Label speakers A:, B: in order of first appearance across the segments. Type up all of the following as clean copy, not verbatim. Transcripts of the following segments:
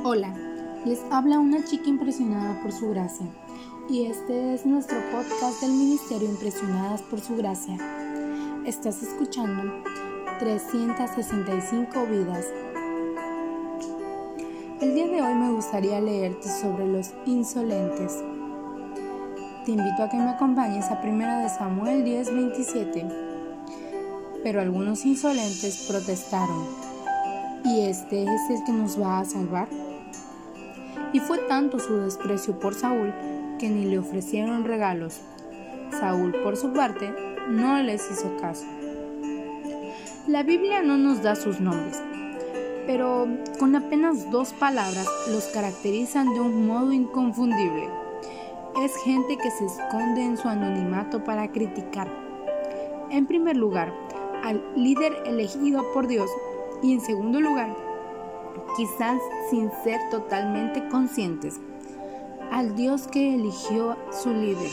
A: Hola, les habla una chica impresionada por su gracia y este es nuestro podcast del Ministerio Impresionadas por su gracia. Estás escuchando 365 vidas. El día de hoy me gustaría leerte sobre los insolentes. Te invito a que me acompañes a 1 Samuel 10:27. Pero algunos insolentes protestaron: ¿y este es el que nos va a salvar? Y fue tanto su desprecio por Saúl que ni le ofrecieron regalos. Saúl, por su parte, no les hizo caso. La Biblia no nos da sus nombres, pero con apenas 2 palabras los caracterizan de un modo inconfundible. Es gente que se esconde en su anonimato para criticar. En primer lugar, al líder elegido por Dios, y en segundo lugar, quizás sin ser totalmente conscientes, al Dios que eligió su líder.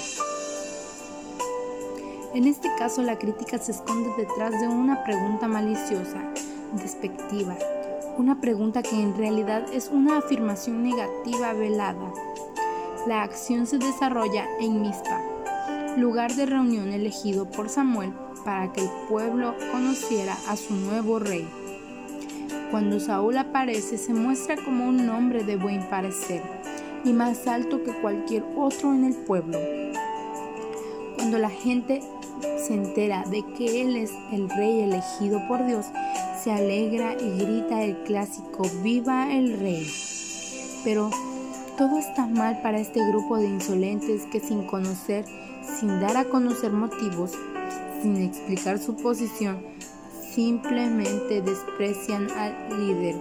A: En este caso, la crítica se esconde detrás de una pregunta maliciosa, despectiva, una pregunta que en realidad es una afirmación negativa velada. La acción se desarrolla en Mizpa, lugar de reunión elegido por Samuel para que el pueblo conociera a su nuevo rey. Cuando Saúl aparece, se muestra como un hombre de buen parecer y más alto que cualquier otro en el pueblo. Cuando la gente se entera de que él es el rey elegido por Dios, se alegra y grita el clásico ¡Viva el rey! Pero todo está mal para este grupo de insolentes que sin conocer, sin dar a conocer motivos, sin explicar su posición, simplemente desprecian al líder.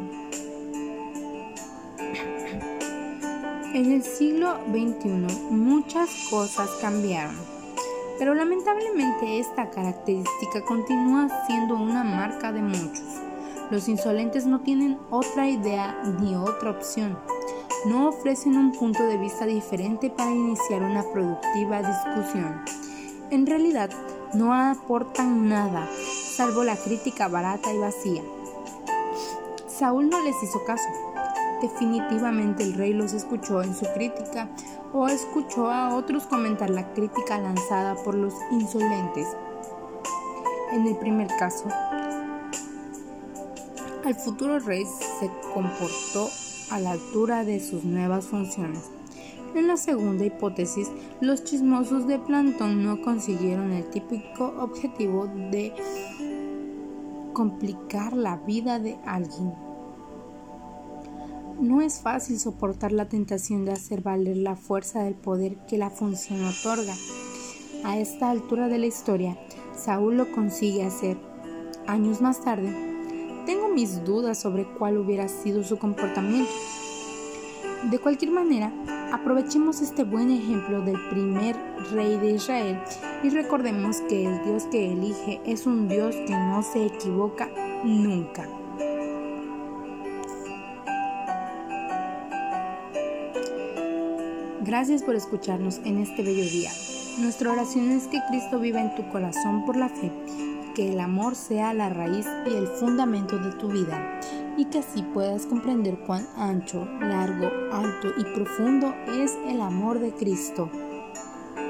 A: En el siglo XXI muchas cosas cambiaron, pero lamentablemente esta característica continúa siendo una marca de muchos. Los insolentes no tienen otra idea ni otra opción. No ofrecen un punto de vista diferente para iniciar una productiva discusión. En realidad, no aportan nada, salvo la crítica barata y vacía. Saúl no les hizo caso. Definitivamente el rey los escuchó en su crítica o escuchó a otros comentar la crítica lanzada por los insolentes. En el primer caso, el futuro rey se comportó a la altura de sus nuevas funciones. En la segunda hipótesis, los chismosos de plantón no consiguieron el típico objetivo de complicar la vida de alguien. No es fácil soportar la tentación de hacer valer la fuerza del poder que la función otorga. A esta altura de la historia, Saúl lo consigue hacer. Años más tarde, tengo mis dudas sobre cuál hubiera sido su comportamiento. De cualquier manera, aprovechemos este buen ejemplo del primer rey de Israel y recordemos que el Dios que elige es un Dios que no se equivoca nunca. Gracias por escucharnos en este bello día. Nuestra oración es que Cristo viva en tu corazón por la fe, que el amor sea la raíz y el fundamento de tu vida, y que así puedas comprender cuán ancho, largo, alto y profundo es el amor de Cristo.